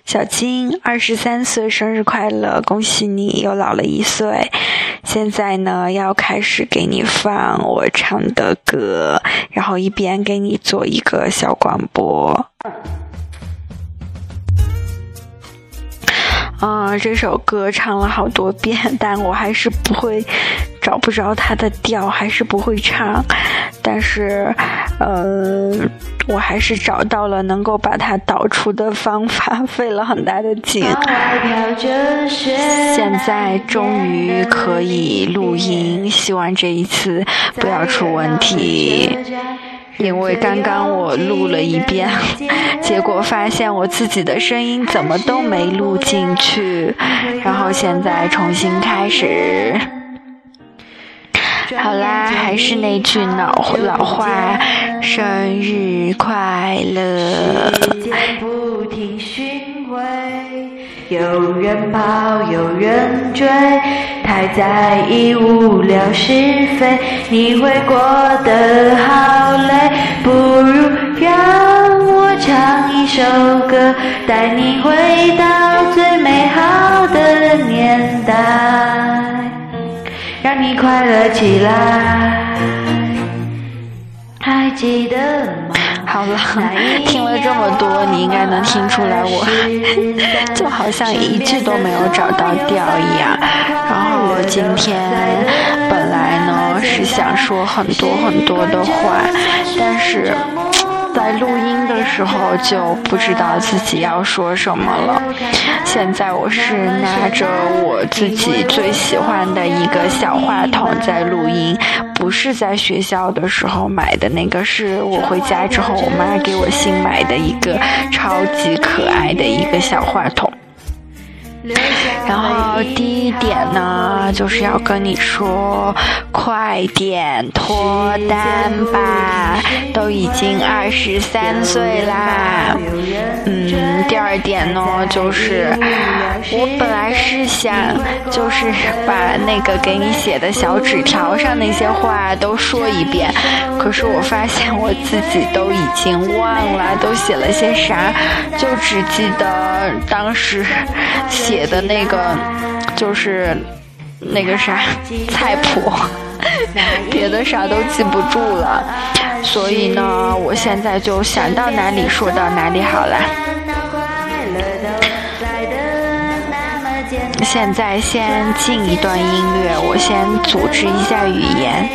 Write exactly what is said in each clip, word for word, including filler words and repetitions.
小金，二十三岁生日快乐，恭喜你又老了一岁。现在呢，要开始给你放我唱的歌，然后一边给你做一个小广播。啊，这首歌唱了好多遍，但我还是不会找不着它的调，还是不会唱。但是，呃，我还是找到了能够把它导出的方法，费了很大的劲。现在终于可以录音，希望这一次不要出问题。因为刚刚我录了一遍，结果发现我自己的声音怎么都没录进去，然后现在重新开始。好啦，还是那句老老话，生日快乐。不停巡回，有人跑有人追，太在意无聊是非，你会过得好累，不如让我唱一首歌，带你回到最美好的年代，让你快乐起来，还记得吗？好了，听了这么多，你应该能听出来我就好像一句都没有找到调一样。然后今天本来呢是想说很多很多的话，但是在录音的时候就不知道自己要说什么了。现在我是拿着我自己最喜欢的一个小话筒在录音，不是在学校的时候买的那个，是我回家之后我妈给我新买的一个超级可爱的一个小话筒。然后第一点呢，就是要跟你说，快点脱单吧，都已经二十三岁啦。嗯，第二点呢，就是我本来是想就是把那个给你写的小纸条上那些话都说一遍，可是我发现我自己都已经忘了都写了些啥，就只记得当时写写的那个就是那个啥菜谱，别的啥都记不住了，所以呢我现在就想到哪里说到哪里好了。现在先进一段音乐，我先组织一下语言。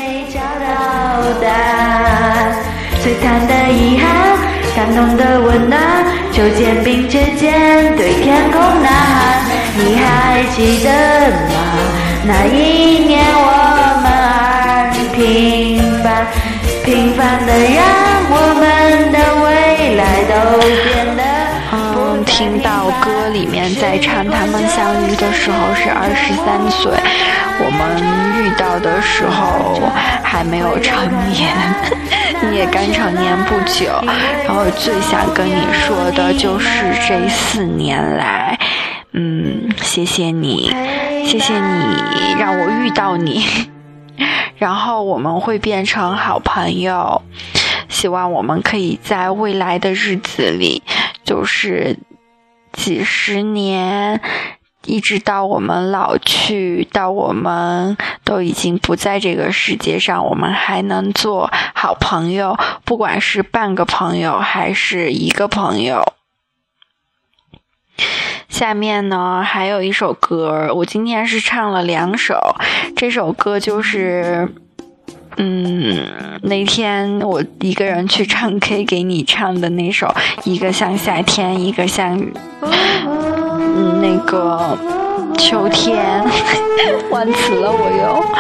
最惨的遗憾，感动的温暖，就肩并着肩对天空呐喊。你还记得吗？那一年我们很平凡，平凡的让我们的未来都变得嗯，听到歌里面在唱他们相遇的时候是二十三岁，我们遇到的时候还没有成年，你也刚成年不久。然后最想跟你说的就是这四年来，嗯，谢谢你，谢谢你让我遇到你，然后我们会变成好朋友。希望我们可以在未来的日子里，就是几十年，一直到我们老去，到我们都已经不在这个世界上，我们还能做好朋友，不管是半个朋友还是一个朋友。下面呢还有一首歌，我今天是唱了两首，这首歌就是嗯，那天我一个人去唱 K 给你唱的那首，一个像夏天，一个像嗯那个秋天，忘词了我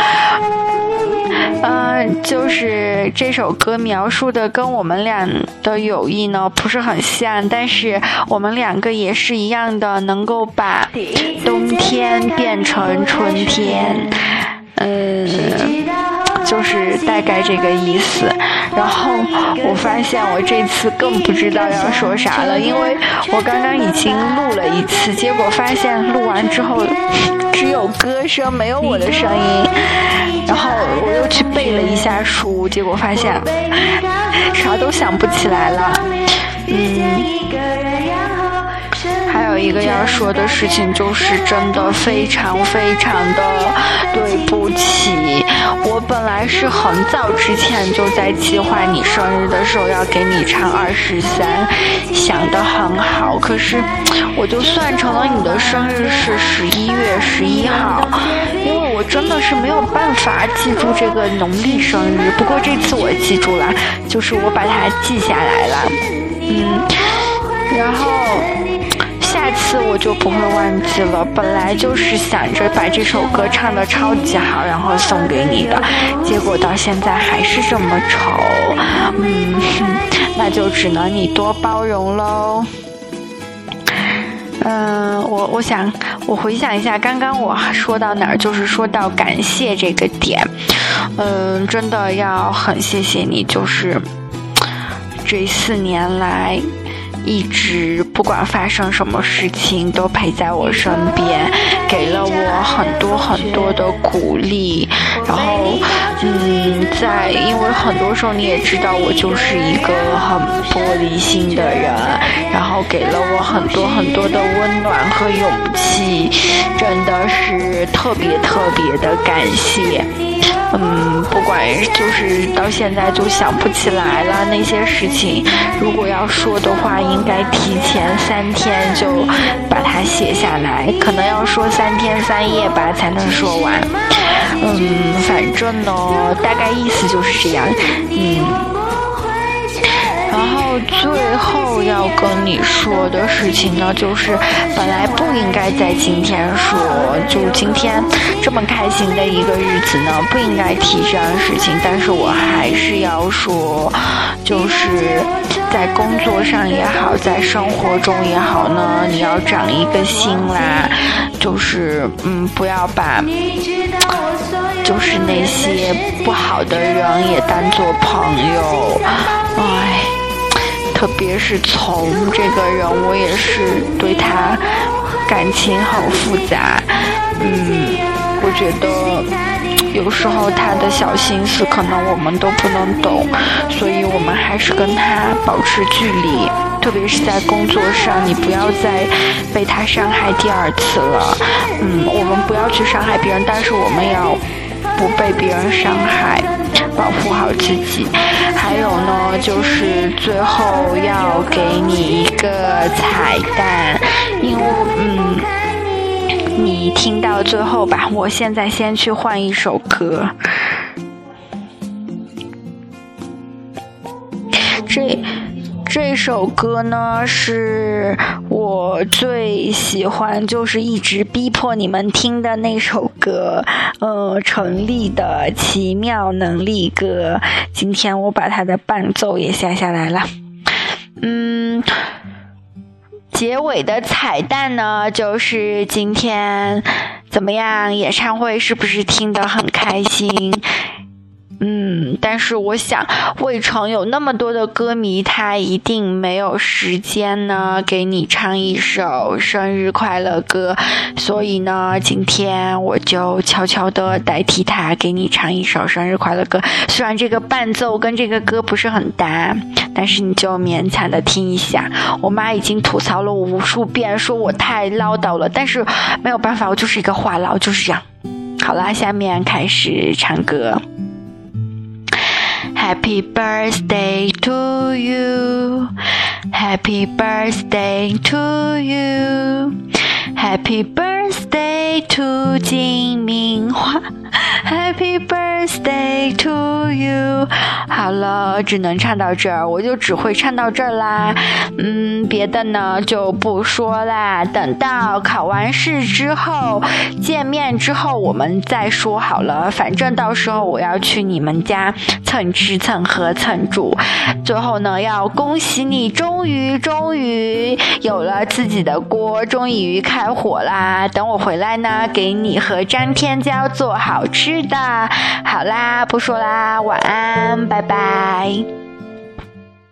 又。呃，就是这首歌描述的跟我们俩的友谊呢不是很像，但是我们两个也是一样的，能够把冬天变成春天。嗯，就是大概这个意思。然后我发现我这次更不知道要说啥了，因为我刚刚已经录了一次，结果发现录完之后只有歌声没有我的声音，然后我又去背了一下书，结果发现啥都想不起来了。嗯，还有有一个要说的事情，就是真的非常非常的对不起，我本来是很早之前就在计划你生日的时候要给你唱二十三，想得很好，可是我就算成了你的生日是十一月十一号，因为我真的是没有办法记住这个农历生日，不过这次我记住了，就是我把它记下来了，嗯，然后下次我就不会忘记了，本来就是想着把这首歌唱得超级好然后送给你的，结果到现在还是这么丑，嗯，那就只能你多包容咯。嗯，我我想我回想一下刚刚我说到哪儿，就是说到感谢这个点，嗯，真的要很谢谢你，就是这四年来一直不管发生什么事情都陪在我身边，给了我很多很多的鼓励，然后嗯，在因为很多时候你也知道我就是一个很玻璃心的人，然后给了我很多很多的温暖和勇气，真的是特别特别的感谢。嗯，不管就是到现在就想不起来了那些事情，如果要说的话应该提前三天就把它写下来，可能要说三天三夜吧才能说完。嗯，反正呢大概意思就是这样。嗯，然后最后要跟你说的事情呢，就是本来不应该在今天说，就今天这么开心的一个日子呢，不应该提这样的事情，但是我还是要说，就是在工作上也好，在生活中也好呢，你要长一个心啦，就是嗯，不要把就是那些不好的人也当作朋友，哎。特别是从这个人，我也是对他感情很复杂。嗯，我觉得有时候他的小心思可能我们都不能懂，所以我们还是跟他保持距离。特别是在工作上，你不要再被他伤害第二次了。嗯，我们不要去伤害别人，但是我们要不被别人伤害，保护好自己。还有呢，就是最后要给你一个彩蛋，因为嗯，你听到最后吧，我现在先去换一首歌。这这首歌呢是我最喜欢，就是一直逼迫你们听的那首歌，呃，陈粒的奇妙能力歌。今天我把它的伴奏也下下来了。嗯，结尾的彩蛋呢，就是今天怎么样？演唱会是不是听得很开心？嗯，但是我想魏晨有那么多的歌迷，他一定没有时间呢给你唱一首生日快乐歌，所以呢今天我就悄悄的代替他给你唱一首生日快乐歌。虽然这个伴奏跟这个歌不是很搭，但是你就勉强的听一下。我妈已经吐槽了我无数遍，说我太唠叨了，但是没有办法，我就是一个话痨，就是这样。好啦，下面开始唱歌。Happy birthday to you, Happy birthday to you, Happy birthday to 金明花， Happy birthday to you。 好了，只能唱到这儿，我就只会唱到这儿啦。嗯，别的呢就不说啦，等到考完试之后，见面之后我们再说好了。反正到时候我要去你们家蹭吃蹭喝蹭住。最后呢，要恭喜你，终于终于有了自己的锅，终于开火啦。等我回来呢，给你和张天骄做好吃的。好啦，不说啦，晚安，拜拜。